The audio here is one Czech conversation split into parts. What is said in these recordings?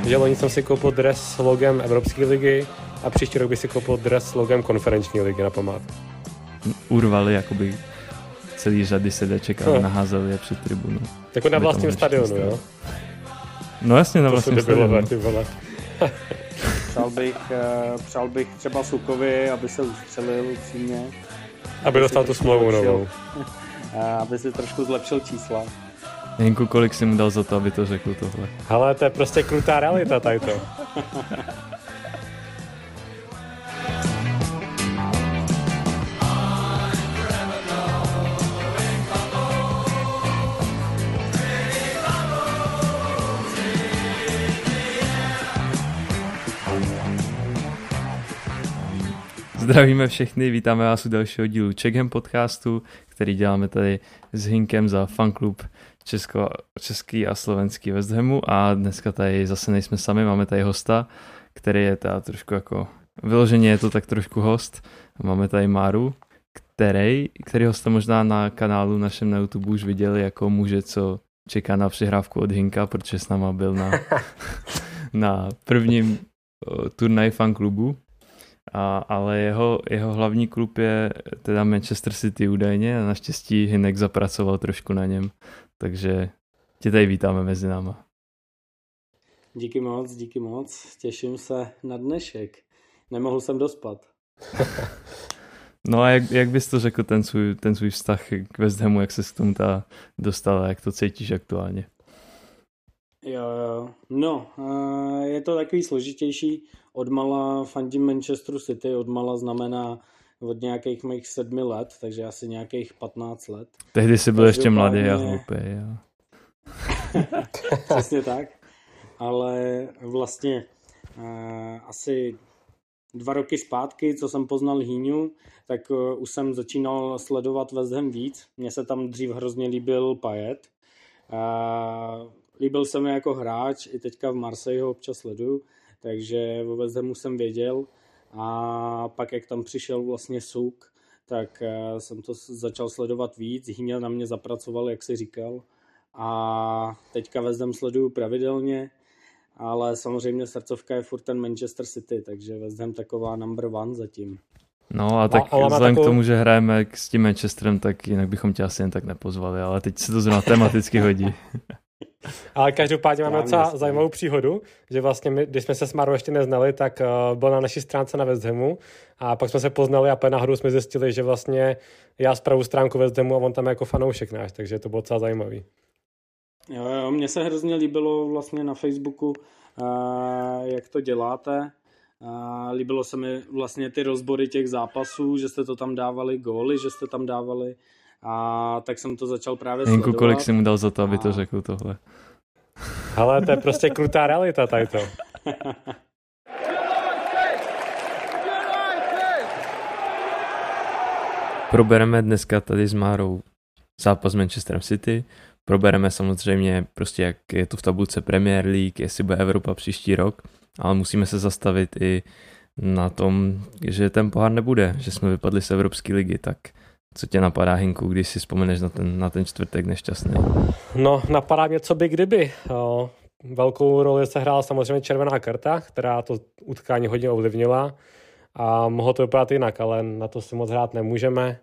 že loni jsem si koupil dres s logem Evropské ligy a příští rok bych si koupil dres s logem konferenční ligy na památku. Urvali jakoby celý řady sedaček a naházeli je před tribunu. Jako na vlastním stadionu, jo? No jasně, na vlastním stadionu. Přál bych třeba Sukovi, aby se ustřelil upřímně. Aby dostal tu smlouvu novou. Aby si trošku zlepšil čísla. Jenku, kolik jsi mu dal za to, aby to řekl tohle? Hele, to je prostě krutá realita tady to. Zdravíme všechny, vítáme vás u dalšího dílu Czeckham podcastu, který děláme tady s Hinkem za fanklub český a slovenský West Hamu a dneska tady zase nejsme sami, máme tady hosta, který je teda trošku jako, vyloženě je to tak trošku host. Máme tady Máru, který jste možná na kanálu našem na YouTube už viděli jako muže, co čeká na přihrávku od Hinka, protože s náma byl na prvním turnaji fanklubu. Ale jeho hlavní klub je teda Manchester City údajně a naštěstí Hinek zapracoval trošku na něm, takže tě tady vítáme mezi náma. Díky moc, těším se na dnešek. Nemohl jsem dospat. No a jak bys to řekl, ten svůj vztah k West Hamu, jak se k tomu dostala, jak to cítíš aktuálně? Jo. No, je to takový složitější. Odmala fandím Manchesteru City, odmala znamená od nějakých mých 7 let, takže asi nějakých 15 let. Tehdy jsi byl ještě mladý a hloupý, jo. Přesně tak, ale vlastně asi 2 roky zpátky, co jsem poznal Hýňu, tak už jsem začínal sledovat West Ham víc. Mně se tam dřív hrozně líbil Payet. Líbil se mi jako hráč, i teďka v Marseille ho občas sleduju, takže o West Hamu jsem věděl a pak jak tam přišel vlastně Suk, tak jsem to začal sledovat víc, Hýňa na mě zapracoval, jak jsi říkal, a teďka West Ham sleduju pravidelně, ale samozřejmě srdcovka je furt ten Manchester City, takže West Ham taková number one zatím. No a tak vzhledem k tomu, že hrajeme s tím Manchesterem, tak jinak bychom tě asi jen tak nepozvali, ale teď se to zrovna tematicky hodí. Ale každopádně máme docela zajímavou příhodu, že vlastně my, když jsme se s Marou ještě neznali, tak byl na naší stránce na West Hamu a pak jsme se poznali a náhodou jsme zjistili, že vlastně já spravuju stránku West Hamu a on tam je jako fanoušek náš, takže to bylo docela zajímavý. Jo, mně se hrozně líbilo vlastně na Facebooku, jak to děláte. Líbilo se mi vlastně ty rozbory těch zápasů, že jste to tam dávali góly, že jste tam dávali a tak jsem to začal právě Jenku, sledovat. kolik jsi mu dal za to, aby to řekl tohle? Ale to je prostě krutá realita tady to. Probereme dneska tady s Márou zápas s Manchesterem City, probereme samozřejmě prostě, jak je to v tabulce Premier League, jestli bude Evropa příští rok, ale musíme se zastavit i na tom, že ten pohár nebude, že jsme vypadli z Evropské ligy, tak co tě napadá, Hinku, když si vzpomeneš na ten čtvrtek nešťastný? No, napadá mě, co by kdyby. Velkou roli se hrála samozřejmě červená karta, která to utkání hodně ovlivnila a mohlo to vypadat jinak, ale na to si moc hrát nemůžeme.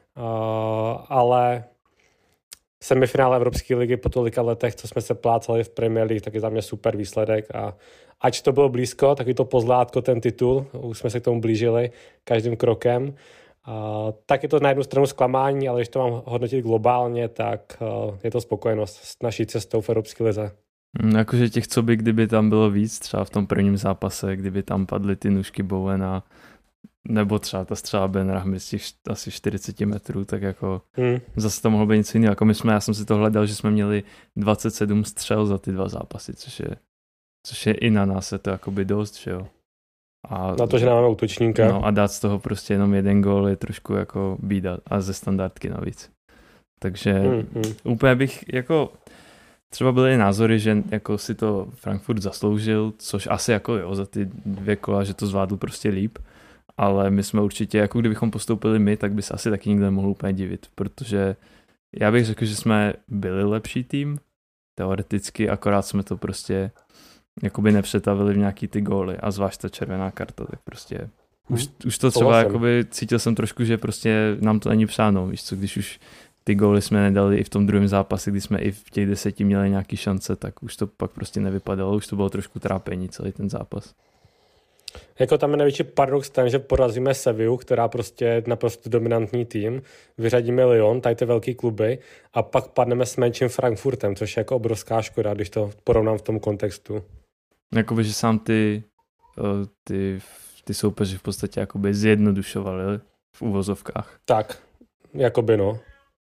Ale semifinále Evropské ligy po tolika letech, co jsme se plácali v Premier League, tak je za mě super výsledek a ač to bylo blízko, taky to pozlátko, ten titul, už jsme se k tomu blížili každým krokem. Tak je to na jednu stranu zklamání, ale když to mám hodnotit globálně, tak je to spokojenost s naší cestou v Evropské lize. Jakože těch, co by kdyby tam bylo víc, třeba v tom prvním zápase, kdyby tam padly ty nůžky Bowena, nebo třeba ta střela Ben Rahmy z těch asi 40 metrů, tak jako zase to mohlo být něco jiného. Jako já jsem si to hledal, že jsme měli 27 střel za ty 2 zápasy, což je i na nás je to jakoby dost, že jo. A na to, že máme útočníka. No a dát z toho prostě jenom 1 gól je trošku jako bída a ze standardky navíc. Takže úplně bych jako třeba byly názory, že jako si to Frankfurt zasloužil, což asi jako jo, za ty 2 kola, že to zvládl prostě líp, ale my jsme určitě, jako kdybychom postoupili my, tak by se asi taky nikdo nemohl úplně divit, protože já bych řekl, že jsme byli lepší tým, teoreticky, akorát jsme to prostě jakoby nepřetavili v nějaký ty góly a zvlášť ta červená karta, tak prostě už to třeba jakoby cítil jsem trošku, že prostě nám to není přáno, víš co, když už ty góly jsme nedali i v tom druhém zápase, kdy jsme i v těch 10 měli nějaký šance, tak už to pak prostě nevypadalo, už to bylo trošku trápení celý ten zápas. Jako tam je největší paradox ten, že porazíme Sevillu, která prostě je naprosto dominantní tým, vyřadíme Lyon, tady ty velký kluby a pak padneme s menším Frankfurtem, což je jako obrovská škoda, když to porovnám v tom kontextu. Jakoby, že sám ty soupeři v podstatě jakoby zjednodušovali v uvozovkách. Tak, jakoby no.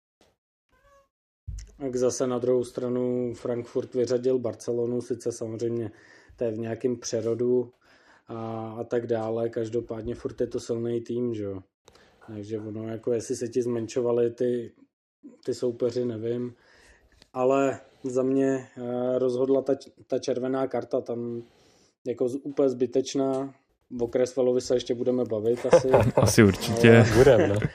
Tak zase na druhou stranu Frankfurt vyřadil Barcelonu, sice samozřejmě to je v nějakém přerodu a tak dále, každopádně furt je to silný tým, že jo. Takže ono, jako jestli se ti zmenšovaly ty soupeři, nevím, ale za mě rozhodla ta červená karta, tam jako úplně zbytečná. O Cresswellovi se ještě budeme bavit asi. Asi určitě. Budeme, no.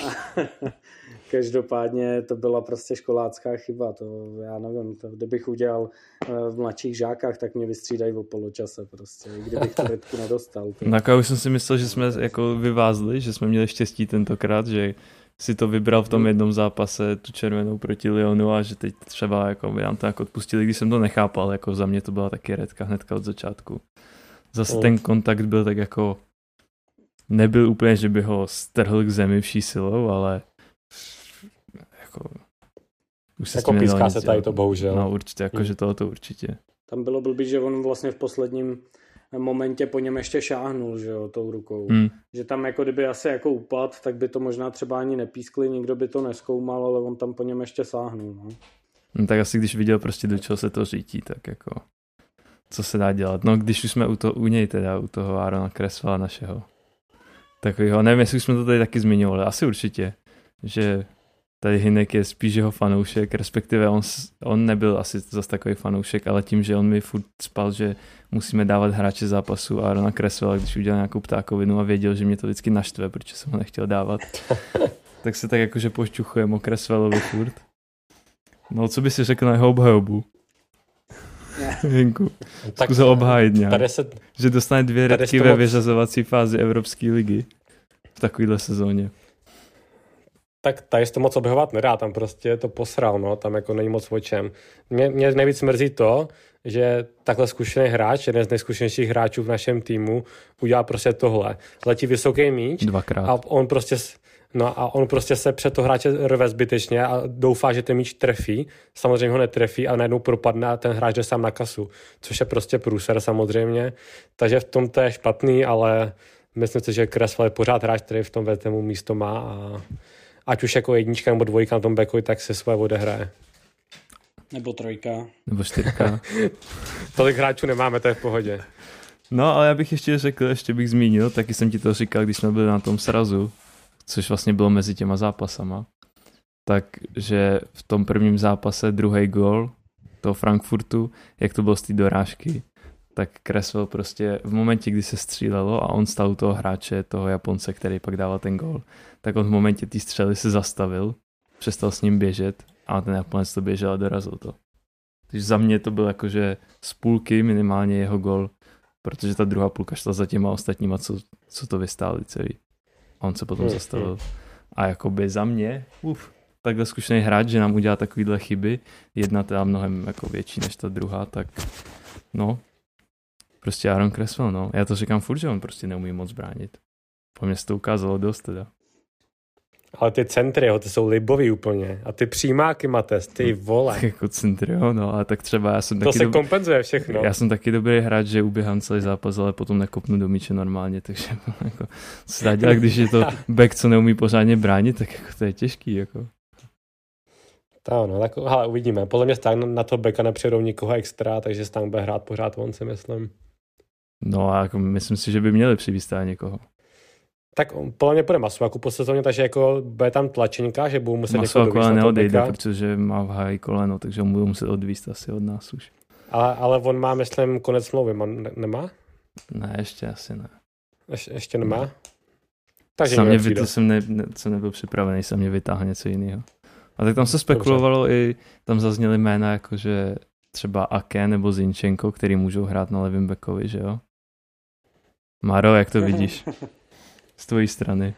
Každopádně to byla prostě školácká chyba, to já nevím, to kdybych udělal v mladších žákách, tak mě vystřídají o poločase prostě, kdybych tu redku nedostal. Tak já už jsem si myslel, že jsme jako vyvázli, že jsme měli štěstí tentokrát, že si to vybral v tom jednom zápase, tu červenou proti Lyonu a že teď třeba jako by nám to jako odpustili, když jsem to nechápal, jako za mě to byla taky redka hnedka od začátku. Zase ten kontakt byl tak jako, nebyl úplně, že by ho strhl k zemi vší silou, ale jako už se jako píská se tady to bohužel. No určitě, jakože to určitě. Tam bylo blbý, že on vlastně v posledním momentě po něm ještě šáhnul, že jo, tou rukou. Že tam jako kdyby asi jako upad, tak by to možná třeba ani nepískli, nikdo by to nezkoumal, ale on tam po něm ještě sáhnul. No tak asi když viděl prostě do čeho se to řítí, tak jako co se dá dělat. No když už jsme u něj teda, u toho Aarona Cresswella našeho. Takovýho, nevím, jestli jsme to tady taky zmiňovali, asi určitě, že tady Hynek je spíš jeho fanoušek, respektive on nebyl asi zase takový fanoušek, ale tím, že on mi furt spal, že musíme dávat hráče zápasu Aarona Cresswella, když udělal nějakou ptákovinu a věděl, že mě to vždycky naštve, protože jsem ho nechtěl dávat. Tak se tak jakože pošťuchujeme o Cresswellovi furt. No co by si řekl na jeho obhajobu? Hynku, zkus ho obhájit nějak. Že dostane 2 redky ve vyřazovací fázi Evropské ligy v takovéhle sezóně. Tak tady se to moc obhajovat nedá, tam prostě to posral, no, tam jako není moc o čem. Mě nejvíc mrzí to, že takhle zkušený hráč, jeden z nejzkušenějších hráčů v našem týmu, udělá prostě tohle. Letí vysoký míč 2krát. A on prostě se před to hráče rve zbytečně a doufá, že ten míč trefí. Samozřejmě ho netrefí a najednou propadne a ten hráč jde sám na kasu, což je prostě průser samozřejmě. Takže v tom to je špatný, ale myslím si, že Cresswell je pořád hráč, který v tom West Hamu místo má a ať už jako 1 nebo 2 na tom backu, tak se svoje odehraje. Nebo 3. Nebo 4. Tolik hráčů nemáme, to je v pohodě. No, ale já bych ještě bych zmínil, taky jsem ti to říkal, když jsme byli na tom srazu, což vlastně bylo mezi těma zápasama, takže v tom prvním zápase 2. gól toho Frankfurtu, jak to bylo z té dorážky, tak Cresswell prostě v momentě, kdy se střílelo a on stál u toho hráče, toho Japonce, který pak dával ten gól, tak on v momentě té střely se zastavil, přestal s ním běžet a ten Japonec to běžel a dorazil to. Takže za mě to byl jakože z půlky minimálně jeho gól, protože ta druhá půlka šla za těma ostatníma, co to vystáli celý. A on se potom zastavil. A jakoby za mě, takhle zkušený hráč, že nám udělá takovýhle chyby, jedna teda mnohem jako větší než ta druhá, tak no, prostě Aaron Cresswell, no. Já to říkám furt, že on prostě neumí moc bránit. Po mně se to ukázalo dost teda. Ale ty centry, ty jsou libový úplně. A ty přímáky, Mates, ty vole. Jako centry, no, ale tak třeba já jsem to taky... To se kompenzuje všechno. Já jsem taky dobrý hráč, že uběhám celý zápas, ale potom nekopnu do míče normálně, takže jako, co se dá dělat, když je to back, co neumí pořádně bránit, tak jako to je těžký, jako. Tak hele, uvidíme. Podle mě Stang na toho backa nepřijedou nikoho extra, takže Stang bude hrát pořád on, si myslím. No a jako myslím si, že by měli přivést někoho. Tak podle mě půjde Masuaku po sezóně, takže jako bude tam tlačenka, že budou muset někoho dovízt na toho neodejde, backa. Protože má v háji koleno, takže on bude muset odvízt asi od nás už. Ale on má, myslím, konec smlouvy, nemá? Ne, ještě asi ne. Ještě nemá? Takže jsem nebyl připravený, jsem mě vytáhl něco jiného. A tak tam se spekulovalo i, tam zazněly jména, jakože třeba Ake nebo Zinchenko, který můžou hrát na levém backovi, že jo? Maro, jak to vidíš z tvojí strany?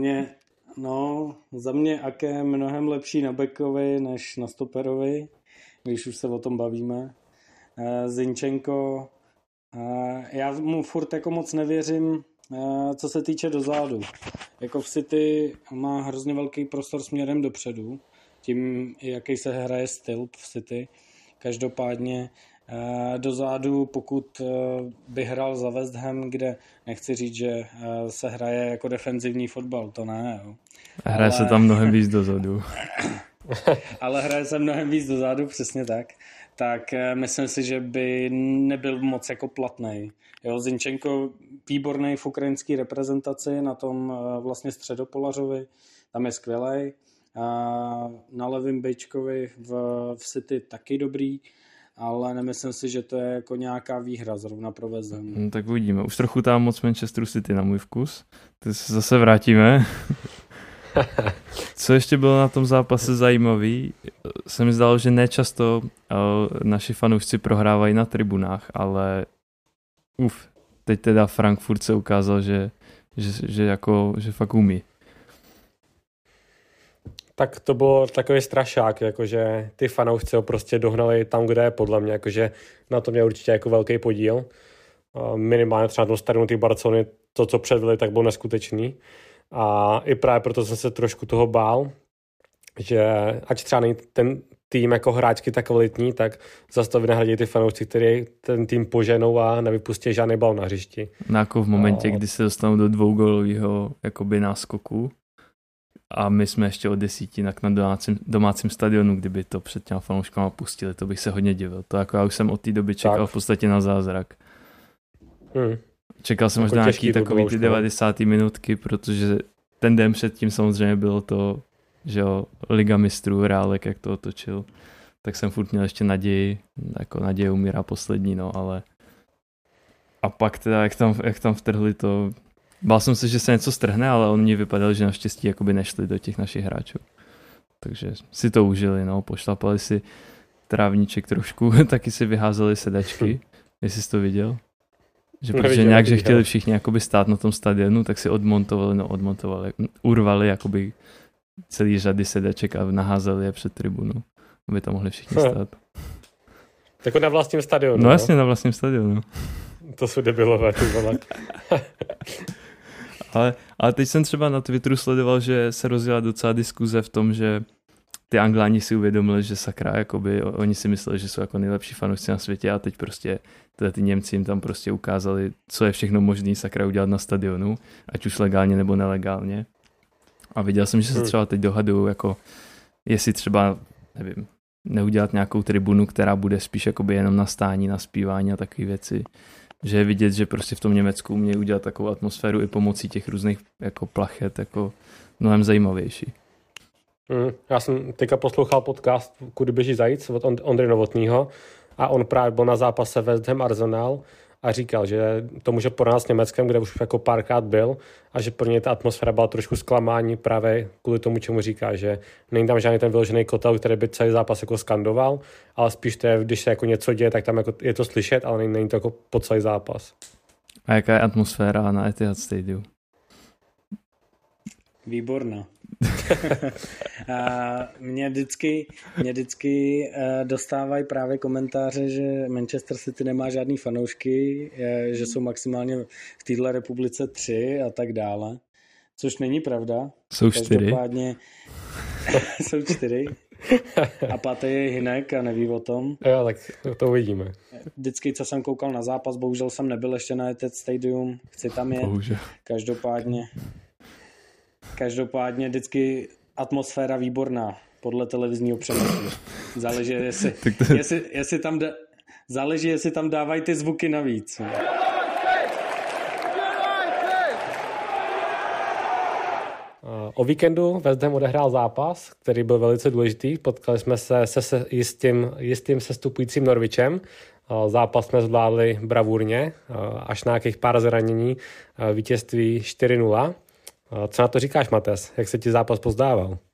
Za mě Ake je mnohem lepší na backovi než na stoperovi, když už se o tom bavíme. Zinchenko, já mu furt jako moc nevěřím, co se týče dozadu. Jako v City má hrozně velký prostor směrem dopředu, tím, jaký se hraje styl v City. Každopádně dozadu, pokud by hrál za West Ham, kde nechci říct, že se hraje jako defenzivní fotbal, to ne. Jo. Hraje se tam mnohem víc dozadu. Ale hraje se mnohem víc dozadu, přesně tak. Tak myslím si, že by nebyl moc jako platnej. Jo, Zinchenko výborný v ukrajinské reprezentaci, na tom vlastně středopolařovi, tam je skvělej. Na levém bečkovi v City taky dobrý, ale nemyslím si, že to je jako nějaká výhra zrovna pro West Ham. No, tak uvidíme. Už trochu tam moc Manchesteru City na můj vkus. Teď se zase vrátíme. Co ještě bylo na tom zápase zajímavý, se mi zdalo, že nečasto naši fanoušci prohrávají na tribunách, ale teď teda Frankfurt se ukázal, že fakt umí. Tak to byl takový strašák, jakože ty fanoušci ho prostě dohnali tam, kde je, podle mě, jakože na to mě určitě jako velký podíl. Minimálně třeba na tom stadionu ty Barcelony, to, co předvedli, tak bylo neskutečný. A i právě proto jsem se trošku toho bál, že ať třeba není ten tým jako hráčky tak kvalitní, tak zase to vynahradí ty fanoušci, kteří ten tým poženou a nevypustí žádný bal na hřišti. Jako v momentě, kdy se dostanou do dvougolového jakoby náskoku a my jsme ještě od 10 na domácím stadionu, kdyby to před těma fanouškama pustili, to bych se hodně divil. To jako já už jsem od té doby čekal v podstatě na zázrak. Čekal jsem jako možná nějaký takový ty 90. minutky, protože ten den předtím samozřejmě bylo to, že jo, Liga mistrů, Reálek, jak to otočil, tak jsem furt měl ještě naději, jako naděje umírá poslední, no, ale a pak teda, jak tam vtrhli to, bál jsem se, že se něco strhne, ale oni vypadali, že naštěstí jakoby nešli do těch našich hráčů. Takže si to užili, no, pošlapali si trávníček trošku, taky si vyházeli sedačky, jestli jsi to viděl. Že protože nějak, že chtěli všichni jakoby stát na tom stadionu, tak si urvali jakoby celý řady sedaček a naházeli je před tribunu, aby tam mohli všichni stát. Jako na vlastním stadionu. No jasně, na vlastním stadionu. To jsou debilové, ty vole. ale teď jsem třeba na Twitteru sledoval, že se rozjela docela diskuze v tom, že ty Angláni si uvědomili, že sakra, jakoby, oni si mysleli, že jsou jako nejlepší fanoušci na světě a teď prostě ty Němci jim tam prostě ukázali, co je všechno možný sakra udělat na stadionu, ať už legálně nebo nelegálně. A viděl jsem, že se třeba teď dohadují, jako jestli třeba, nevím, neudělat nějakou tribunu, která bude spíš jakoby jenom na stání, na zpívání a takové věci. Že je vidět, že prostě v tom Německu umějí udělat takovou atmosféru i pomocí těch různých jako plachet, jako mnohem zajímavější. Já jsem teďka poslouchal podcast Kudy běží zajíc od Ondry Novotnýho a on právě byl na zápase West Ham Arsenal a říkal, že to může porovnat s Německem, kde už jako párkrát byl a že pro něj ta atmosféra byla trošku zklamání právě kvůli tomu, čemu říká, že není tam žádný ten vyložený kotel, který by celý zápas jako skandoval, ale spíš to je, když se jako něco děje, tak tam jako je to slyšet, ale není to jako po celý zápas. A jaká je atmosféra na Etihad Stadium? Výborná. Mě vždycky dostávají právě komentáře, že Manchester City nemá žádný fanoušky, že jsou maximálně v této republice 3 a tak dále. Což není pravda. Jsou 4. Jsou 4. A 5. je Hinek a neví o tom. Jo, tak to uvidíme. Vždycky, co jsem koukal na zápas, bohužel jsem nebyl ještě na Etihad Stadium, chci tam jet. Bohužel. Každopádně vždycky atmosféra výborná podle televizního přenosu. Záleží, jestli tam dávají ty zvuky navíc. O víkendu West Ham odehrál zápas, který byl velice důležitý. Potkali jsme se jistým sestupujícím Norwichem. Zápas jsme zvládli bravurně, až na nějakých pár zranění, vítězství 4-0. Co na to říkáš, Mates? Jak se ti zápas pozdával?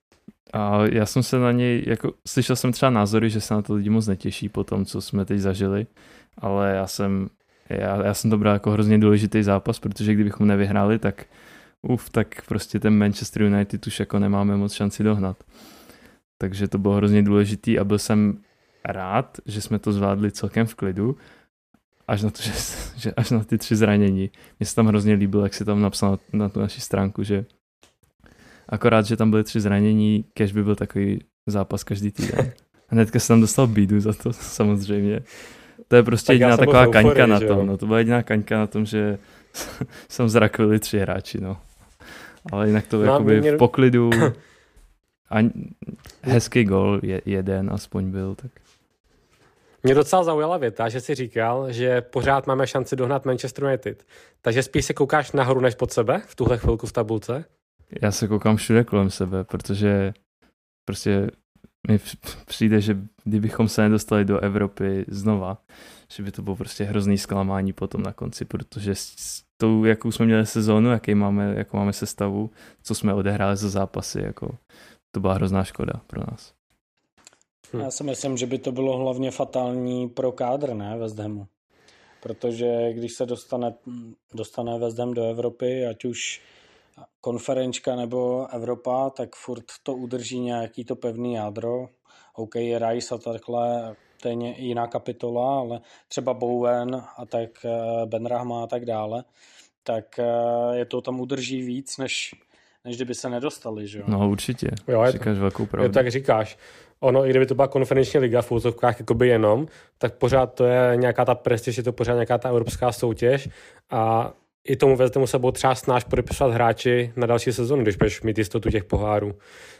A já jsem se na něj, jako slyšel jsem třeba názory, že se na to lidi moc netěší po tom, co jsme teď zažili, ale já jsem to bral jako hrozně důležitý zápas, protože kdybychom nevyhráli, tak prostě ten Manchester United už jako nemáme moc šanci dohnat. Takže to bylo hrozně důležitý a byl jsem rád, že jsme to zvládli celkem v klidu, až na to, že až na ty 3 zranění. Mně se tam hrozně líbilo, jak si tam napsal na tu naši stránku, že akorát, že tam byly 3 zranění, kež by byl takový zápas každý týden. Hnedka jsem tam dostal bídu za to, samozřejmě. To je prostě jediná taková kaňka na tom. No, to byla jediná kaňka na tom, že jsem zrakvili 3 hráči, no. Ale jinak to jakoby v poklidu a hezký gol, jeden aspoň byl, tak. Mě docela zaujala věta, že jsi říkal, že pořád máme šanci dohnat Manchester United. Takže spíš se koukáš nahoru než pod sebe v tuhle chvilku v tabulce? Já se koukám všude kolem sebe, protože prostě mi přijde, že kdybychom se nedostali do Evropy znova, že by to bylo prostě hrozný zklamání potom na konci, protože s tou, jakou jsme měli sezónu, jakou máme sestavu, co jsme odehráli za zápasy, jako to byla hrozná škoda pro nás. Já si myslím, že by to bylo hlavně fatální pro kádr, ne, West Hamu. Protože když se dostane West Ham do Evropy, ať už konferenčka nebo Evropa, tak furt to udrží nějaký to pevný jádro. OK, Rice a takhle, to je jiná kapitola, ale třeba Bowen a tak Benrahma a tak dále, tak je to tam udrží víc, než kdyby se nedostali, že jo? No určitě, jo, říkáš velkou pravdu. Jo, tak říkáš. Ono, i kdyby to byla konferenční liga v úzovkách jakoby jenom, tak pořád to je nějaká ta prestiž, je to pořád nějaká ta evropská soutěž a i tomu West Hamu se budou třeba snažit podepisovat hráči na další sezonu, když budeš mít jistotu těch pohárů.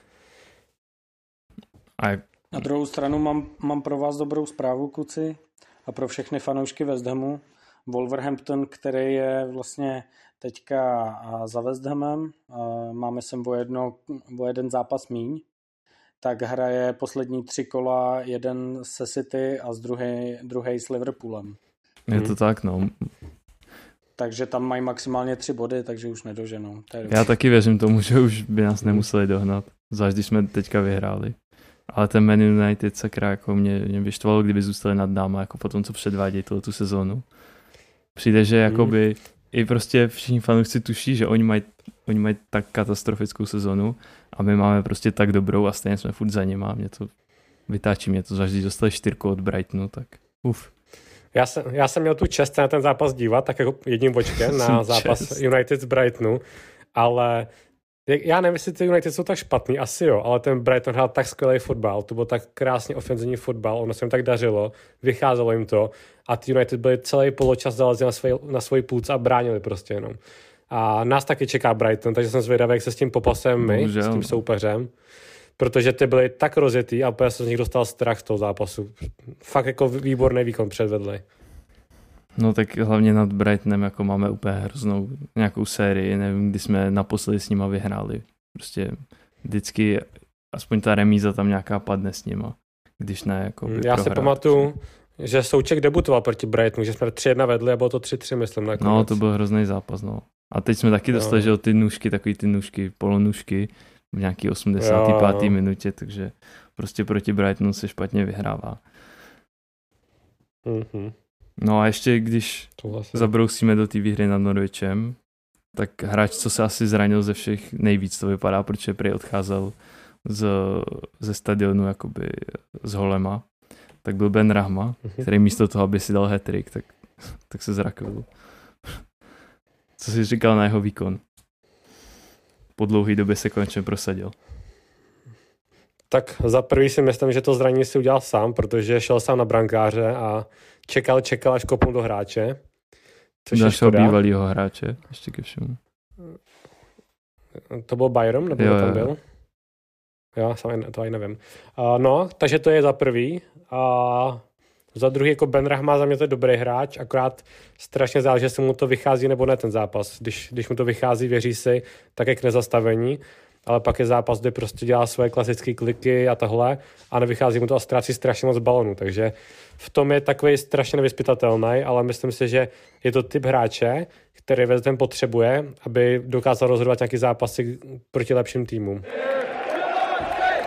Na druhou stranu mám pro vás dobrou zprávu, kluci, a pro všechny fanoušky West Hamu. Wolverhampton, který je vlastně teďka za West Hamem, máme sem o jeden zápas míň, tak hraje poslední 3 kola, jeden se City a druhý s Liverpoolem. Je to tak, no. Takže tam mají maximálně 3 body, takže už nedoženou. Já taky věřím tomu, že už by nás nemuseli dohnat, zvlášť když jsme teďka vyhráli. Ale ten Man United sakra, jako mě vyštvalo, kdyby zůstali nad náma, jako po tom, co předvádějí tu sezónu. Přijde, že jakoby i prostě všichni fanoušci tuší, že oni mají tak katastrofickou sezonu a my máme prostě tak dobrou a stejně jsme furt za nima. Vytáčí mě to, zvlášť když dostali 4 od Brightonu, tak Já jsem měl tu čest na ten zápas dívat, tak jako jedním očkem na zápas United z Brightonu, ale já nevím, jestli ty United jsou tak špatný, asi jo, ale ten Brighton hrál tak skvělý fotbal, to byl tak krásně ofenzivní fotbal, ono se jim tak dařilo, vycházelo jim to a ty United byli celý poločas zalezli na svůj půlc a bránili prostě jenom. A nás taky čeká Brighton, takže jsem zvědavý, jak se s tím popasujeme my, s tím soupeřem, protože ty byli tak rozjetý a úplně jsem z nich dostal strach z toho zápasu. Fakt jako výborný výkon předvedli. No tak hlavně nad Brightonem jako máme úplně hroznou nějakou sérii, nevím, kdy jsme naposledy s nima vyhráli. Prostě vždycky aspoň ta remíza tam nějaká padne s nima, když ne jako já si pamatuju, že Souček debutoval proti Brightonu, že jsme 3-1 vedli a bylo to 3-3, myslím, nakonec. No, to byl hrozný zápas, no. A teď jsme taky dostali, že ty nůžky, takový ty nůžky, polonůžky v nějaký 85. minutě, takže prostě proti Brightonu se špatně vyhrává. No a ještě když zabrousíme do té výhry nad Norwichem, tak hráč, co se asi zranil ze všech nejvíc, to vypadá, protože prý odcházel ze stadionu jakoby z holema, tak byl Benrahma, který místo toho, aby si dal hat-trick, tak se zrakvil. Co jsi říkal na jeho výkon? Po dlouhé době se konečně prosadil. Tak za prvý si myslím, že to zranění si udělal sám, protože šel sám na brankáře a čekal, až kopnul do hráče. Což je škoda. Bývalýho hráče, ještě ke všemu. To byl Byron, nebo jo, tam byl? Jo, sám to ani nevím. No, takže to je za prvý. A za druhý, jako Benrahma za mě to je dobrý hráč, akorát strašně záleží, jestli mu to vychází nebo ne ten zápas. Když mu to vychází, věří si, tak je k nezastavení, ale pak je zápas, kde prostě dělá svoje klasické kliky a tohle a nevychází mu to a ztrácí strašně moc balonů, takže v tom je takový strašně nevyzpytatelný, ale myslím si, že je to typ hráče, který West Ham potřebuje, aby dokázal rozhodovat nějaký zápasy proti lepším týmům.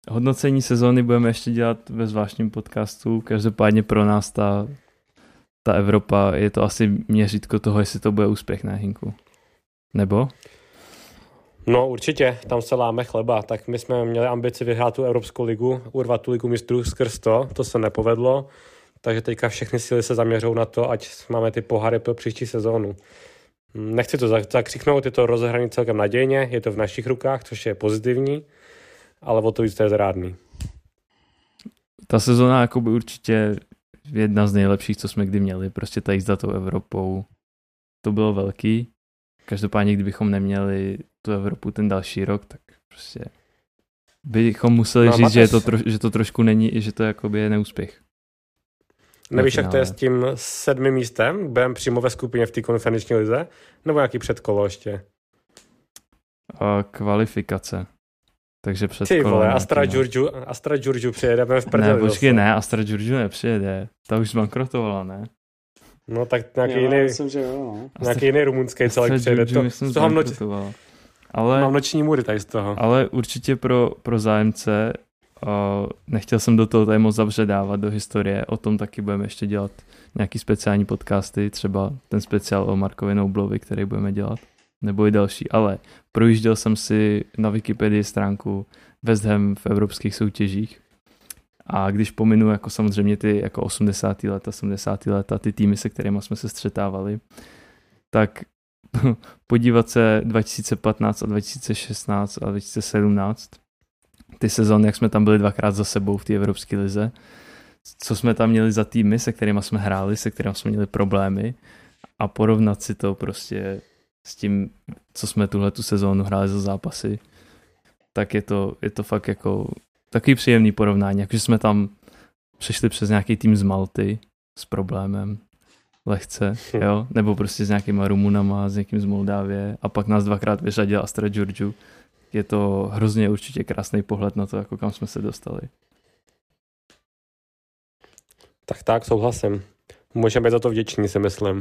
hodnocení sezóny budeme ještě dělat ve zvláštním podcastu. Každopádně pro nás ta Evropa je to asi měřítko toho, jestli to bude úspěch, ne, Hinku? Nebo? No určitě, tam se láme chleba. Tak my jsme měli ambici vyhrát tu Evropskou ligu, urvat tu ligu mistrů skrz to se nepovedlo. Takže teďka všechny síly se zaměřou na to, ať máme ty pohary pro příští sezónu. Nechci to zakřiknout, je to rozehraný celkem nadějně, je to v našich rukách, což je pozitivní, ale o to víc to je zrádný. Ta sezóna jakoby určitě jedna z nejlepších, co jsme kdy měli. Prostě ta jízda tou Evropou, to bylo velký. Každopádně, kdybychom neměli tu Evropu ten další rok, tak prostě bychom museli říct, že to trošku není, že to jakoby je neúspěch. Nevíš, jak to je s tím 7. místem? Budeme přímo ve skupině v té konferenční lize? Nebo nějaký předkolo ještě? Kvalifikace. Takže předkolo. Ty vole, Astra Giurgiu přijede v prdeli. Ne, počkej, ne, Astra Giurgiu nepřijede. Ta už zbankrotovala, ne? No tak nějaký jiný, myslím, že jo, no. Nějaký jiný rumunský celek přijede. Mám noční můry tady z toho. Ale určitě pro zájemce nechtěl jsem do toho tady moc zabředávat do historie, o tom taky budeme ještě dělat nějaký speciální podcasty, třeba ten speciál o Markovi Noublovi, který budeme dělat, nebo i další, ale projížděl jsem si na Wikipedii stránku West Ham v evropských soutěžích a když pominu jako samozřejmě ty jako 80. leta, 70. leta, ty týmy, se kterými jsme se střetávali, tak podívat se 2015 a 2016 a 2017 ty sezóny, jak jsme tam byli dvakrát za sebou v té evropské lize, co jsme tam měli za týmy, se kterými jsme hráli, se kterými jsme měli problémy a porovnat si to prostě s tím, co jsme tu sezónu hráli za zápasy, tak je to fakt jako takový příjemný porovnání, jakože jsme tam přešli přes nějaký tým z Malty s problémem, lehce, jo, nebo prostě s nějakýma Rumunama, s někým z Moldávie a pak nás dvakrát vyřadil Astra Giurgiu. Je to hrozně určitě krásný pohled na to, jako kam jsme se dostali. Tak, souhlasím. Můžeme být za to vděční, si myslím.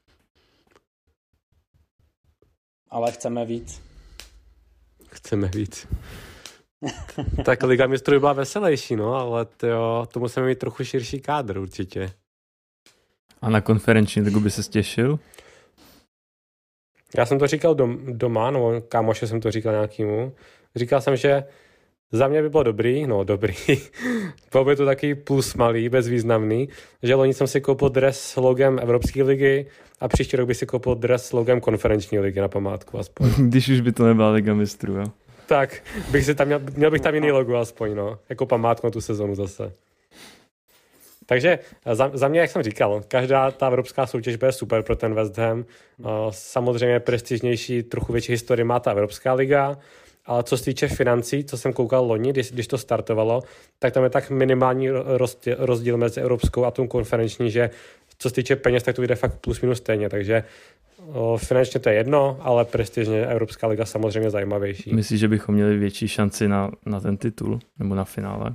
Ale chceme víc. Chceme víc. Tak Liga mistrů byla veselější, no, ale to musíme mít trochu širší kádr určitě. A na konferenční ligu by se těšil? Já jsem to říkal doma, no kámoše jsem to říkal nějakému. Říkal jsem, že za mě by bylo dobrý. Bylo by to taky plus malý, bezvýznamný, že loni jsem si koupil dres s logem Evropské ligy a příští rok bych si koupil dres s logem konferenční ligy na památku aspoň. Když už by to nebyla Liga mistrů, jo? Tak, měl bych tam jiný logo aspoň, no, jako památku na tu sezonu zase. Takže za mě, jak jsem říkal, každá ta evropská soutěž bude super pro ten West Ham. Samozřejmě prestižnější, trochu větší historii má ta Evropská liga, ale co se týče financí, co jsem koukal loni, když to startovalo, tak tam je tak minimální rozdíl mezi evropskou a tou konferenční, že co se týče peněz, tak to jde fakt plus minus stejně, takže finančně to je jedno, ale prestižně Evropská liga samozřejmě zajímavější. Myslíš, že bychom měli větší šanci na ten titul nebo na finále?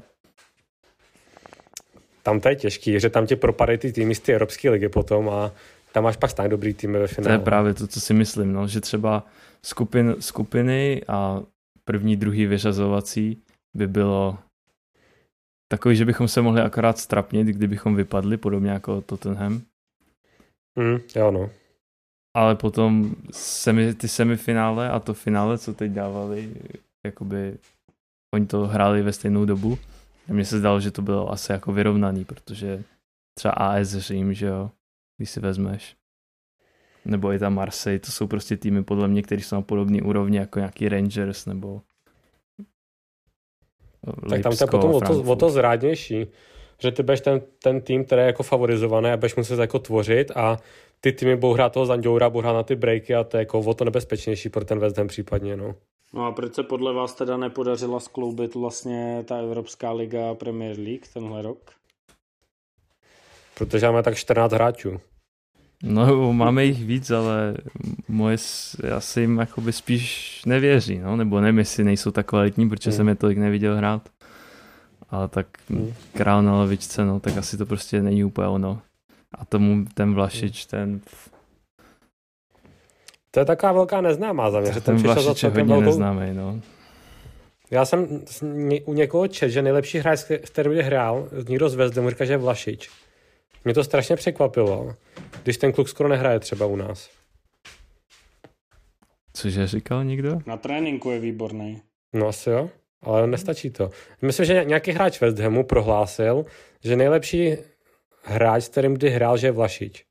Tam to je těžký, že tam ti propadají ty týmy z té Evropské ligy potom a tam máš pak stejně dobrý týmy ve finále. To je právě to, co si myslím, no, že třeba skupiny a první, druhý vyřazovací by bylo takový, že bychom se mohli akorát strapnit, kdybychom vypadli, podobně jako Tottenham. Jo, no. Ale potom ty semifinále a to finále, co teď dávali, jakoby oni to hráli ve stejnou dobu. A mně se zdalo, že to bylo asi jako vyrovnaný, protože třeba AS Řím, že jo, když si vezmeš. Nebo i ta Marseille, to jsou prostě týmy podle mě, které jsou na podobné úrovni jako nějaký Rangers nebo tak tam to je potom o to zrádnější, že ty budeš ten tým, který je jako favorizovaný a budeš muset jako tvořit a ty týmy budou hrát toho Zanďoura, budou hrát na ty breaky a to je jako o to nebezpečnější pro ten West Ham případně, no. No a proč se podle vás teda nepodařila skloubit vlastně ta Evropská liga a Premier League tenhle rok? Protože máme tak 14 hráčů. No, máme jich víc, ale asi jim jakoby spíš nevěří, no, nebo nevím, jestli nejsou tak kvalitní, protože jsem je tolik neviděl hrát. Ale tak král na lavičce, no, tak asi to prostě není úplně ono. A tomu ten Vlašič, To je taková velká neznámá za mě, že ten Vlašič je hodně neznámý, no. Já jsem u někoho čet, že nejlepší hráč, s kterým hrál, někdo z West Hamu říká, že je Vlašič. Mě to strašně překvapilo, když ten kluk skoro nehraje třeba u nás. Cože říkal někdo? Na tréninku je výborný. No asi jo, ale nestačí to. Myslím, že nějaký hráč West Hamu prohlásil, že nejlepší hráč, s kterým kdy hrál, že je Vlašič.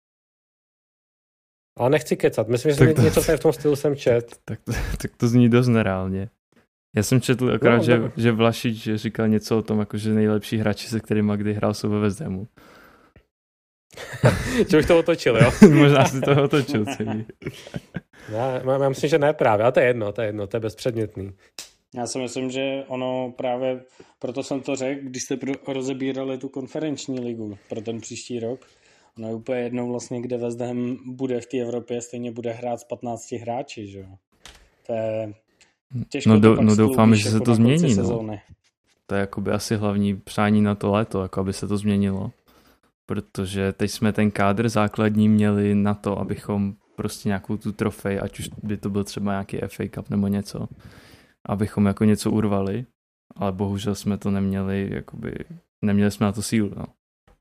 Ale nechci kecat. Myslím, že něco tady v tom stylu jsem čet. Tak to zní dost nereálně. Já jsem četl akorát, že Vlašič říkal něco o tom, jako, že nejlepší hráči, se kterýma kdy hrál, jsou ve West Hamu. Že bych to otočil, jo? Možná si to otočil celý. Já myslím, že ne právě, ale to je jedno, to je bezpředmětný. Já si myslím, že ono právě, proto jsem to řekl, když jste rozebírali tu konferenční ligu pro ten příští rok, ono je úplně jedno vlastně, kde West Ham bude v té Evropě, stejně bude hrát s 15 hráči, že jo. To je těžko doufám, že se jako to změní. No. To je jakoby asi hlavní přání na to léto, jako aby se to změnilo. Protože teď jsme ten kádr základní měli na to, abychom prostě nějakou tu trofej, ať už by to byl třeba nějaký FA Cup nebo něco, abychom jako něco urvali, ale bohužel jsme to neměli, neměli jsme na to sílu, no.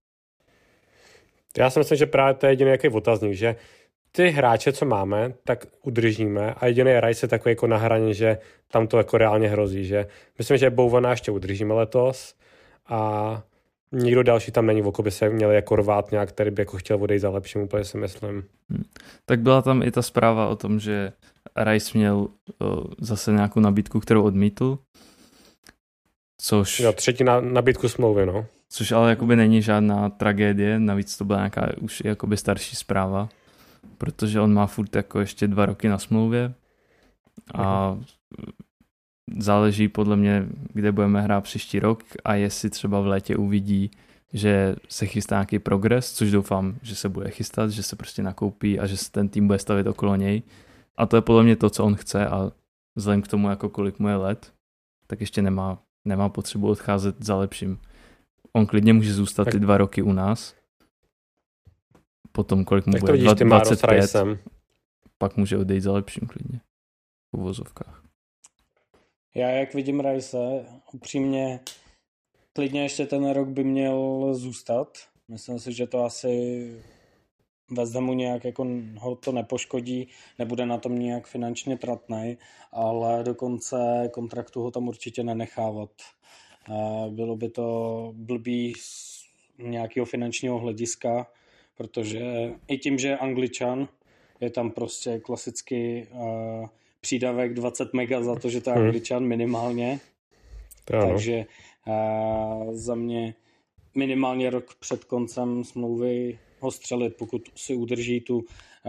Já si myslím, že právě to je jediný jaký otazník, že ty hráče, co máme, tak udržíme a jediný Rice je takový jako na hraně, že tam to jako reálně hrozí, že myslím, že Bowmana ještě udržíme letos a nikdo další tam není, by se měli jako rvát nějak, který by jako chtěl odejít za lepším, úplně si myslím. Tak byla tam i ta zpráva o tom, že Rice měl zase nějakou nabídku, kterou odmítl, což... Jo, třetí nabídku smlouvy, no. Což ale jakoby není žádná tragédie, navíc to byla nějaká už jakoby starší zpráva, protože on má furt jako ještě 2 roky na smlouvě a záleží podle mě, kde budeme hrát příští rok a jestli třeba v létě uvidí, že se chystá nějaký progres, což doufám, že se bude chystat, že se prostě nakoupí a že se ten tým bude stavit okolo něj. A to je podle mě to, co on chce a vzhledem k tomu, jako kolik mu je let, tak ještě nemá potřebu odcházet za lepším. On klidně může zůstat ty 2 roky u nás. Potom kolik mu tak bude, vidíš, 25, pak může odejít za lepším klidně. V uvozovkách. Já jak vidím Rice, upřímně klidně ještě ten rok by měl zůstat. Myslím si, že to asi West Hamu nějak jako ho to nepoškodí, nebude na tom nějak finančně tratnej, ale do konce kontraktu ho tam určitě nenechávat. Bylo by to blbý z nějakého finančního hlediska, protože i tím, že je Angličan, je tam prostě klasický přídavek 20 mega za to, že to je Angličan minimálně. Takže za mě minimálně rok před koncem smlouvy ho střelit, pokud si udrží tu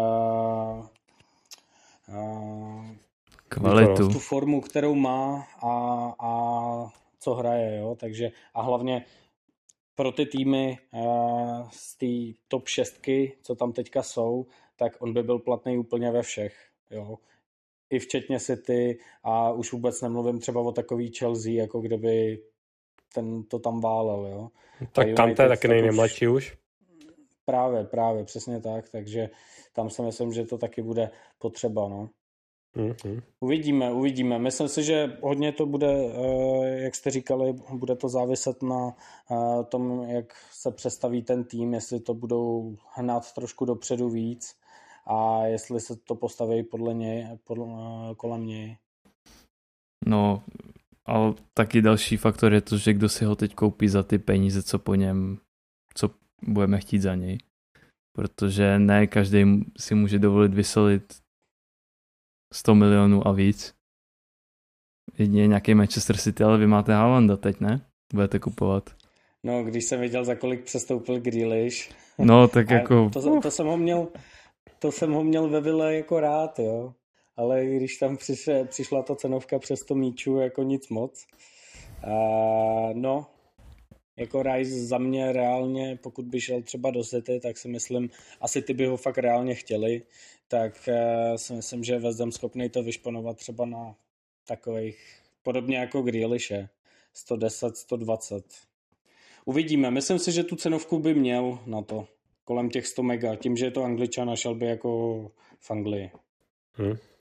kvalitu, tu formu, kterou má a co hraje, jo, takže a hlavně pro ty týmy z té top 6, co tam teďka jsou, tak on by byl platný úplně ve všech, jo. I včetně City a už vůbec nemluvím třeba o takový Chelsea, jako kdyby ten to tam válel, jo. Tak Kante taky nejmladší už. Právě, přesně tak, takže tam si myslím, že to taky bude potřeba, no. Mm-hmm. Uvidíme. Myslím si, že hodně to bude, jak jste říkali, bude to záviset na tom, jak se přestaví ten tým, jestli to budou hnát trošku dopředu víc a jestli se to postaví kolem něj. No, ale taky další faktor je to, že kdo si ho teď koupí za ty peníze, co po něm, co budeme chtít za něj. Protože ne každý si může dovolit vysolit 100 milionů a víc. Jedině nějaký Manchester City, ale vy máte Haalanda teď, ne? Budete kupovat. No, když jsem viděl, za kolik přestoupil Grealish. No, tak jako... To jsem ho měl ve Ville jako rád, jo. Ale když tam přišla ta cenovka přes 100 míčů, jako nic moc. No, jako Rice za mě reálně, pokud by šel třeba do City, tak si myslím, asi ty by ho fakt reálně chtěli, tak si myslím, že je West Ham schopný to vyšponovat třeba na takových, podobně jako Grealishe, 110, 120. Uvidíme, myslím si, že tu cenovku by měl na to, kolem těch 100 mega, tím, že je to Angličan a šel by jako v Anglii.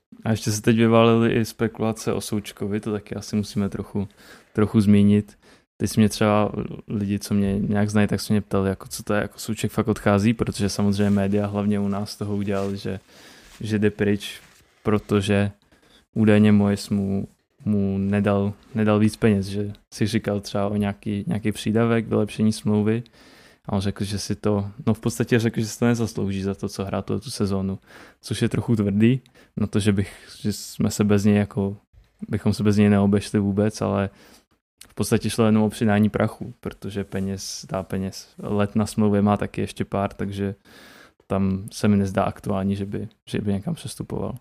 A ještě se teď vyvalily i spekulace o Součkovi, to taky asi musíme trochu zmínit. Teď se mě třeba lidi, co mě nějak znají, tak se mě ptali, jako co to je, jako Souček fakt odchází, protože samozřejmě média hlavně u nás toho udělali, že jde pryč, protože údajně Moyes mu nedal víc peněz, že si říkal třeba o nějaký přídavek, vylepšení smlouvy a on řekl, že si to, no v podstatě řekl, že si to nezaslouží za to, co hrál tu sezónu, což je trochu tvrdý, na to, že jsme se bez něj jako, bychom se bez něj neobešli vůbec, ale v podstatě šlo jenom o přidání prachu, protože peněz, let na smlouvě má taky ještě pár, takže tam se mi nezdá aktuální, že by někam přestupoval.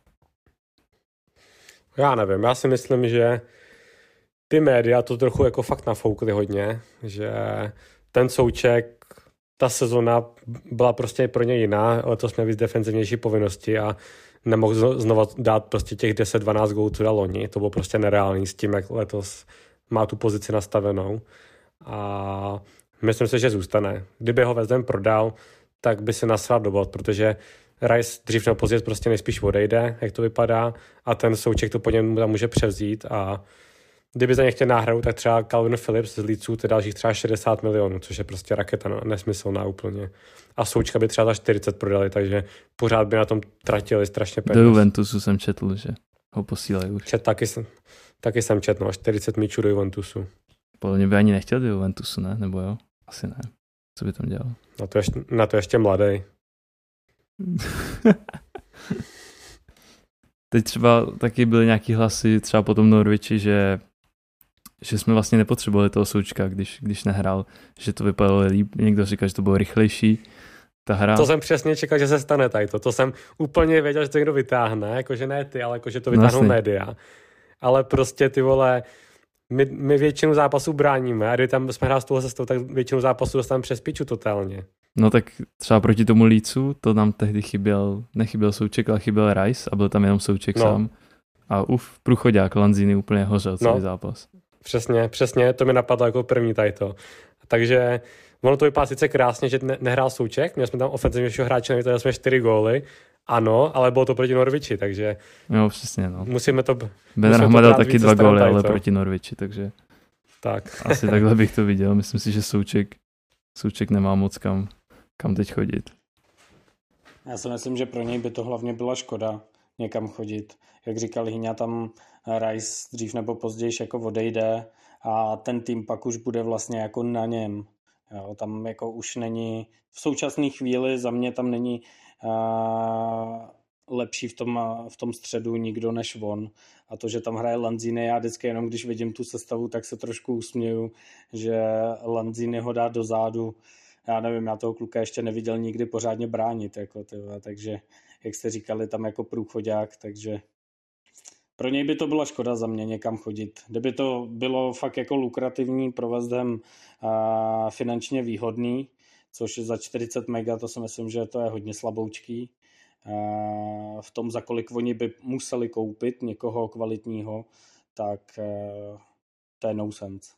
Já nevím, já si myslím, že ty média to trochu jako fakt nafoukly hodně, že ten Souček, ta sezona byla prostě pro ně jiná, letos měl víc defenzivnější povinnosti a nemohl znova dát prostě těch 10-12 gólů, co dal loni, to bylo prostě nereálný s tím, jak letos má tu pozici nastavenou a myslím si, že zůstane. Kdyby ho West Ham prodal, tak by se nasral do bod, protože Rice dřív nebo později prostě nejspíš odejde, jak to vypadá, a ten Souček to po něm tam může převzít a kdyby za ně chtěl náhradu, tak třeba Calvin Phillips z Leedsu to dalších třeba 60 milionů, což je prostě raketa nesmyslná úplně. A Součka by třeba za 40 prodali, takže pořád by na tom tratili strašně peněz. Do Juventusu jsem četl, že ho posílají už. Taky jsem četl, no, 40 míčů do Juventusu. Podle mě by ani nechtěl do Juventusu, ne? Nebo jo? Asi ne. Co by tam dělal? Na to ještě mladý. Teď třeba taky byly nějaký hlasy třeba po tom Norwichi, že jsme vlastně nepotřebovali toho Součka, když nehrál, že to vypadalo líp. Někdo říkal, že to bylo rychlejší. Ta hra. To jsem přesně čekal, že se stane tady to. To jsem úplně věděl, že to někdo vytáhne, jakože ne ty, ale jakože to vytáhnou média. Ale prostě ty vole, my většinu zápasů bráníme a když tam jsme hráli z toho sestavu, tak většinu zápasů dostaneme přes piču totálně. No tak třeba proti tomu Leedsu, to nám tehdy nechyběl Souček, ale chyběl Rice a byl tam jenom Souček sám. A průchodák Lanzini úplně hořel celý zápas. Přesně, to mi napadlo jako první tajto. Takže ono to vypadá sice krásně, že nehrál Souček, měli jsme tam ofenzivnějšího hráče, nevytali jsme 4 góly, ano, ale bylo to proti Norwichi, takže jo, přesně, no. Musíme to Ben Rahma dal taky 2 góly, ale proti Norwichi, takže tak. Asi takhle bych to viděl. Myslím si, že Souček nemá moc kam teď chodit. Já si myslím, že pro něj by to hlavně byla škoda někam chodit. Jak říkal Hyňa, tam Rice dřív nebo později jako odejde a ten tým pak už bude vlastně jako na něm. Jo, tam jako už není, v současné chvíli za mě tam není lepší v tom středu nikdo než on. A to, že tam hraje Lanzini, já vždycky jenom když vidím tu sestavu, tak se trošku usměju, že Lanzini ho dá do zádu. Já nevím, já toho kluka ještě neviděl nikdy pořádně bránit, jako takže jak jste říkali, tam jako průchodák, takže pro něj by to byla škoda za mě někam chodit. Kdyby to bylo fakt jako lukrativní, pro West Ham finančně výhodný, což za 40 mega, to si myslím, že to je hodně slaboučký. V tom, za kolik oni by museli koupit někoho kvalitního, tak to je no sense.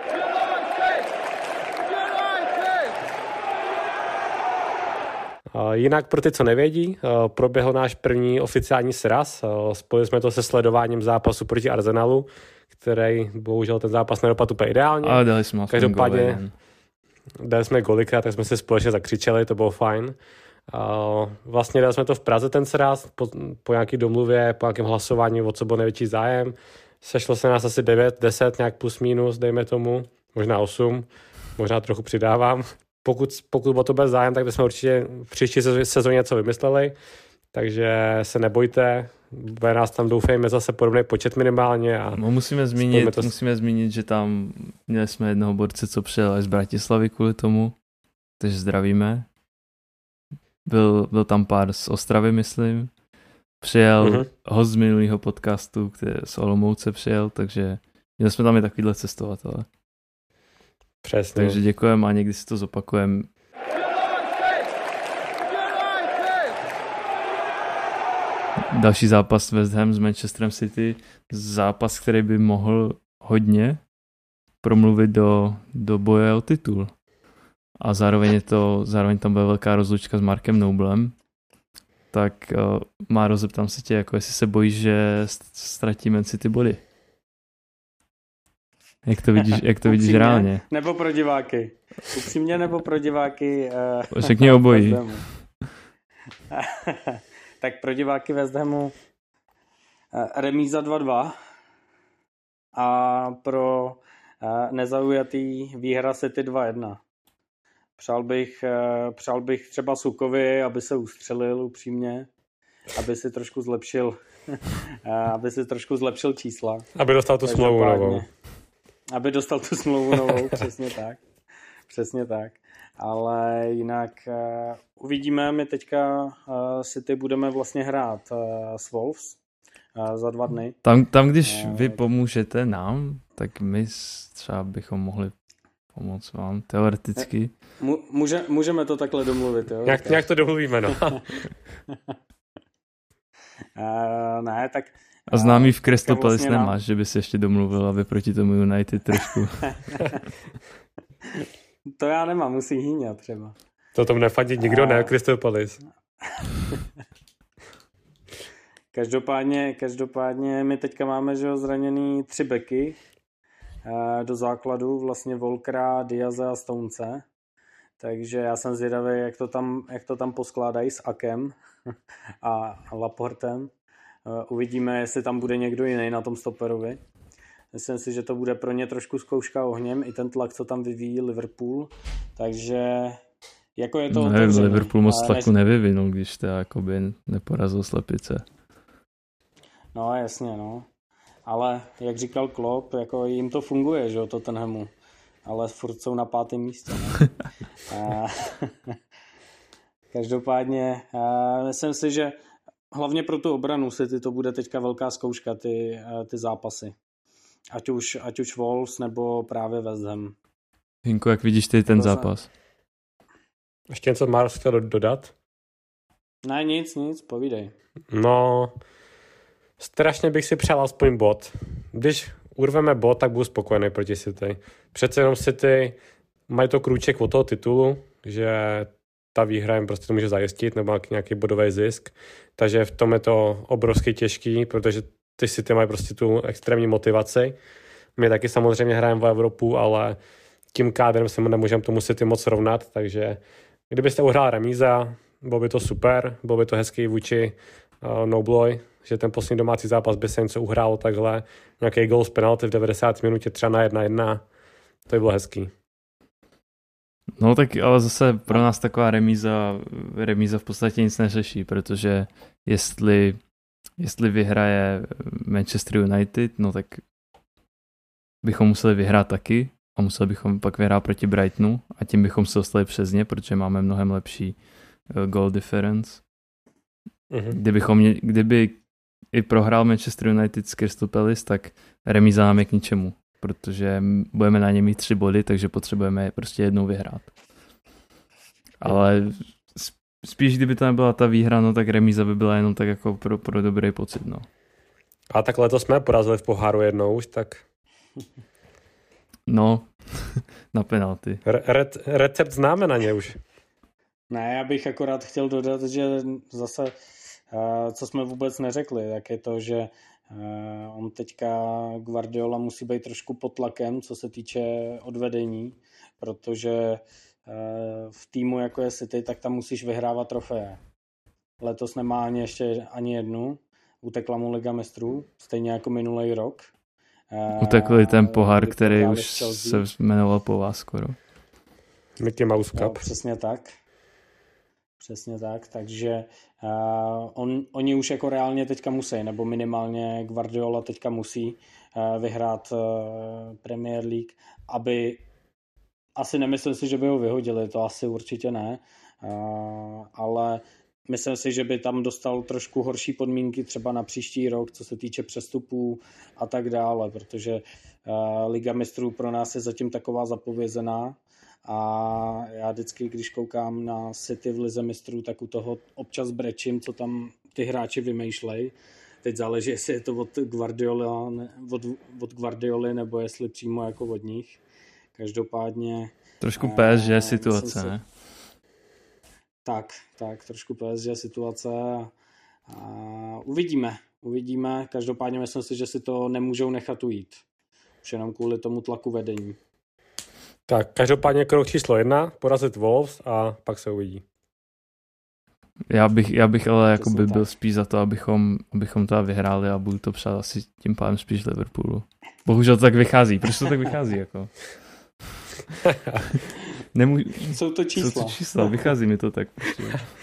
Jinak pro ty, co nevědí, proběhl náš první oficiální sraz. Spojili jsme to se sledováním zápasu proti Arsenalu, který bohužel ten zápas nedopadl úplně ideálně. Ale dali jsme každopádně dali jsme golikrát, tak jsme si společně zakřičeli, to bylo fajn. Vlastně dali jsme to v Praze ten sraz, po nějaký domluvě, po nějakém hlasování, o co byl největší zájem. Sešlo se nás asi 9, 10, nějak plus minus, dejme tomu, možná 8, možná trochu přidávám. Pokud o to byl zájem, tak bychom určitě v příští sezóně něco vymysleli, takže se nebojte, bude nás tam doufejme zase podobný počet minimálně. A musíme zmínit, že tam měli jsme jednoho borce, co přijel z Bratislavy kvůli tomu, takže zdravíme. Byl tam pár z Ostravy, myslím. Přijel host z minulého podcastu, který z Olomouce přijel, takže měli jsme tam i takovýhle cestovatele. Přesně. Takže děkujeme a někdy si to zopakujeme. Další zápas West Ham s Manchesterem City. Zápas, který by mohl hodně promluvit do boje o titul. A zároveň tam byla velká rozlučka s Markem Noblem. tak Máro, zeptám se tě, jako jestli se bojíš, že ztratíme si ty body. Jak to vidíš reálně? Nebo pro diváky? Upřímně nebo pro diváky? Řekni obojí. Tak pro diváky West Hamu remíza 2-2 a pro nezaujatý výhra City 2-1. Přál bych třeba Sukovi, aby se ustřelil upřímně, aby si trošku zlepšil čísla. Aby dostal tu smlouvu novou. Aby dostal tu smlouvu novou, přesně tak. Ale jinak uvidíme, my teďka City budeme vlastně hrát s Wolves za 2 dny. Tam když vy pomůžete nám, tak my třeba bychom mohli pomoct vám, teoreticky. Můžeme to takhle domluvit, jo? Nějak to domluvíme, no. Ne, tak... A známý v Crystal Palace nemáš, že by se ještě domluvil, aby proti tomu United trošku... To já nemám, musí Hýňa třeba. To tomu nefandí nikdo, ne, Crystal Palace. Každopádně my teďka máme, že zraněný 3 beky do základu, vlastně Volkera, Diaze a Stonese. Takže já jsem zvědavý, jak to tam poskládají s Akem a Laportem. Uvidíme, jestli tam bude někdo jiný na tom stoperovi. Myslím si, že to bude pro ně trošku zkouška ohněm, i ten tlak, co tam vyvíjí Liverpool. Takže jako je to otevřený. Liverpool moc tlaku nevyvinul, když to jakoby neporazil Slepice. No jasně, no. Ale jak říkal Klopp, jako jim to funguje, že jo, Tottenhamu. Ale furt jsou na 5. místě. Každopádně myslím si, že hlavně pro tu obranu City to bude teďka velká zkouška, ty zápasy. Ať už Wolves nebo právě West Ham. Hinko, jak vidíš ty ten zápas? Ještě něco Máros chtěl dodat? Ne, nic, povídej. No, strašně bych si přál aspoň bod. Když urveme bod, tak budu spokojený proti City. Přece jenom City mají to krůček od toho titulu, že ta výhra jim prostě to může zajistit, nebo nějaký bodový zisk. Takže v tom je to obrovsky těžký, protože ty City mají prostě tu extrémní motivaci. My taky samozřejmě hrajeme v Evropu, ale tím kádrem se nemůžeme tomu City moc rovnat, takže kdybyste uhrál remíza, bylo by to super, bylo by to hezký vůči Nobloy, že ten poslední domácí zápas by se něco uhrál takhle, nějaký gól z penalty v 90 minutě třeba na 1-1, to by bylo hezký. No tak ale zase pro nás taková remíza v podstatě nic neřeší, protože jestli vyhraje Manchester United, no tak bychom museli vyhrát taky a museli bychom pak vyhrát proti Brightonu a tím bychom se dostali přes ně, protože máme mnohem lepší goal difference. Kdyby i prohrál Manchester United s Crystal Palace, tak remíza nám je k ničemu, protože budeme na ně mít 3 body, takže potřebujeme prostě jednou vyhrát. Ale spíš, kdyby to nebyla ta výhra, no tak remíza by byla jenom tak jako pro dobrý pocit, no. A tak letos jsme porazili v poháru jednou už, tak... No, na penalty. Recept známe na ně už. Ne, já bych akorát chtěl dodat, že zase, co jsme vůbec neřekli, tak je to, že on teďka Guardiola musí být trošku pod tlakem, co se týče odvedení, protože v týmu, jako je City, tak tam musíš vyhrávat trofeje. Letos nemá ani jednu, utekla mu Liga mistrů, stejně jako minulý rok. Utekl ten pohár, který už se jmenoval po vás skoro. Mickey Mouse Cup. No, přesně tak, takže oni už jako reálně teďka musí, nebo minimálně Guardiola teďka musí vyhrát Premier League, aby asi nemyslím si, že by ho vyhodili, to asi určitě ne, ale myslím si, že by tam dostal trošku horší podmínky třeba na příští rok, co se týče přestupů a tak dále, protože Liga mistrů pro nás je zatím taková zapovězená a já vždycky, když koukám na City v Lize mistrů, tak u toho občas brečím, co tam ty hráči vymýšlej. Teď záleží, jestli je to od Guardioly nebo jestli přímo jako od nich. Každopádně... Trošku PSG situace, ne? Tak, trošku PSG situace a uvidíme. Každopádně myslím si, že si to nemůžou nechat ujít. Už jenom kvůli tomu tlaku vedení. Tak, každopádně krok číslo 1, porazit Wolves a pak se uvidí. Já bych ale jakoby byl spíš za to, abychom to vyhráli a budu to přát asi tím pádem spíš Liverpoolu. Bohužel to tak vychází. Proč to tak vychází? Jako? Jsou to čísla. Vychází mi to tak. Prostě.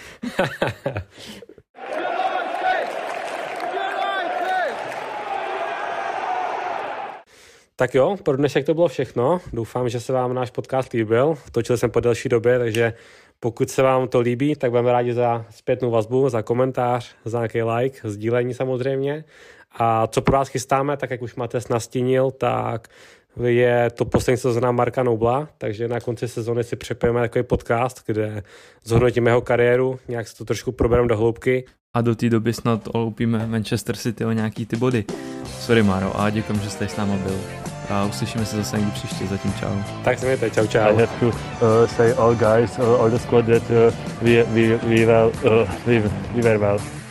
Tak jo, pro dnešek to bylo všechno. Doufám, že se vám náš podcast líbil. Točil jsem po delší době, takže pokud se vám to líbí, tak budeme rádi za zpětnou vazbu, za komentář, za nějaký like, sdílení samozřejmě. A co pro vás chystáme, tak jak už Mates nastínil, tak je to poslední sezóna Marka Nobla, takže na konci sezóny si přepijeme takový podcast, kde zhodnotíme jeho kariéru, nějak si to trošku probereme do hloubky. A do té doby snad oloupíme Manchester City o nějaký ty body. Sorry Máro, a děkujem, že jste s náma byl. A uslyšíme se zase někdy příště, zatím čau. Tak se mějte, čau. I have to say all guys, all the squad that we were well.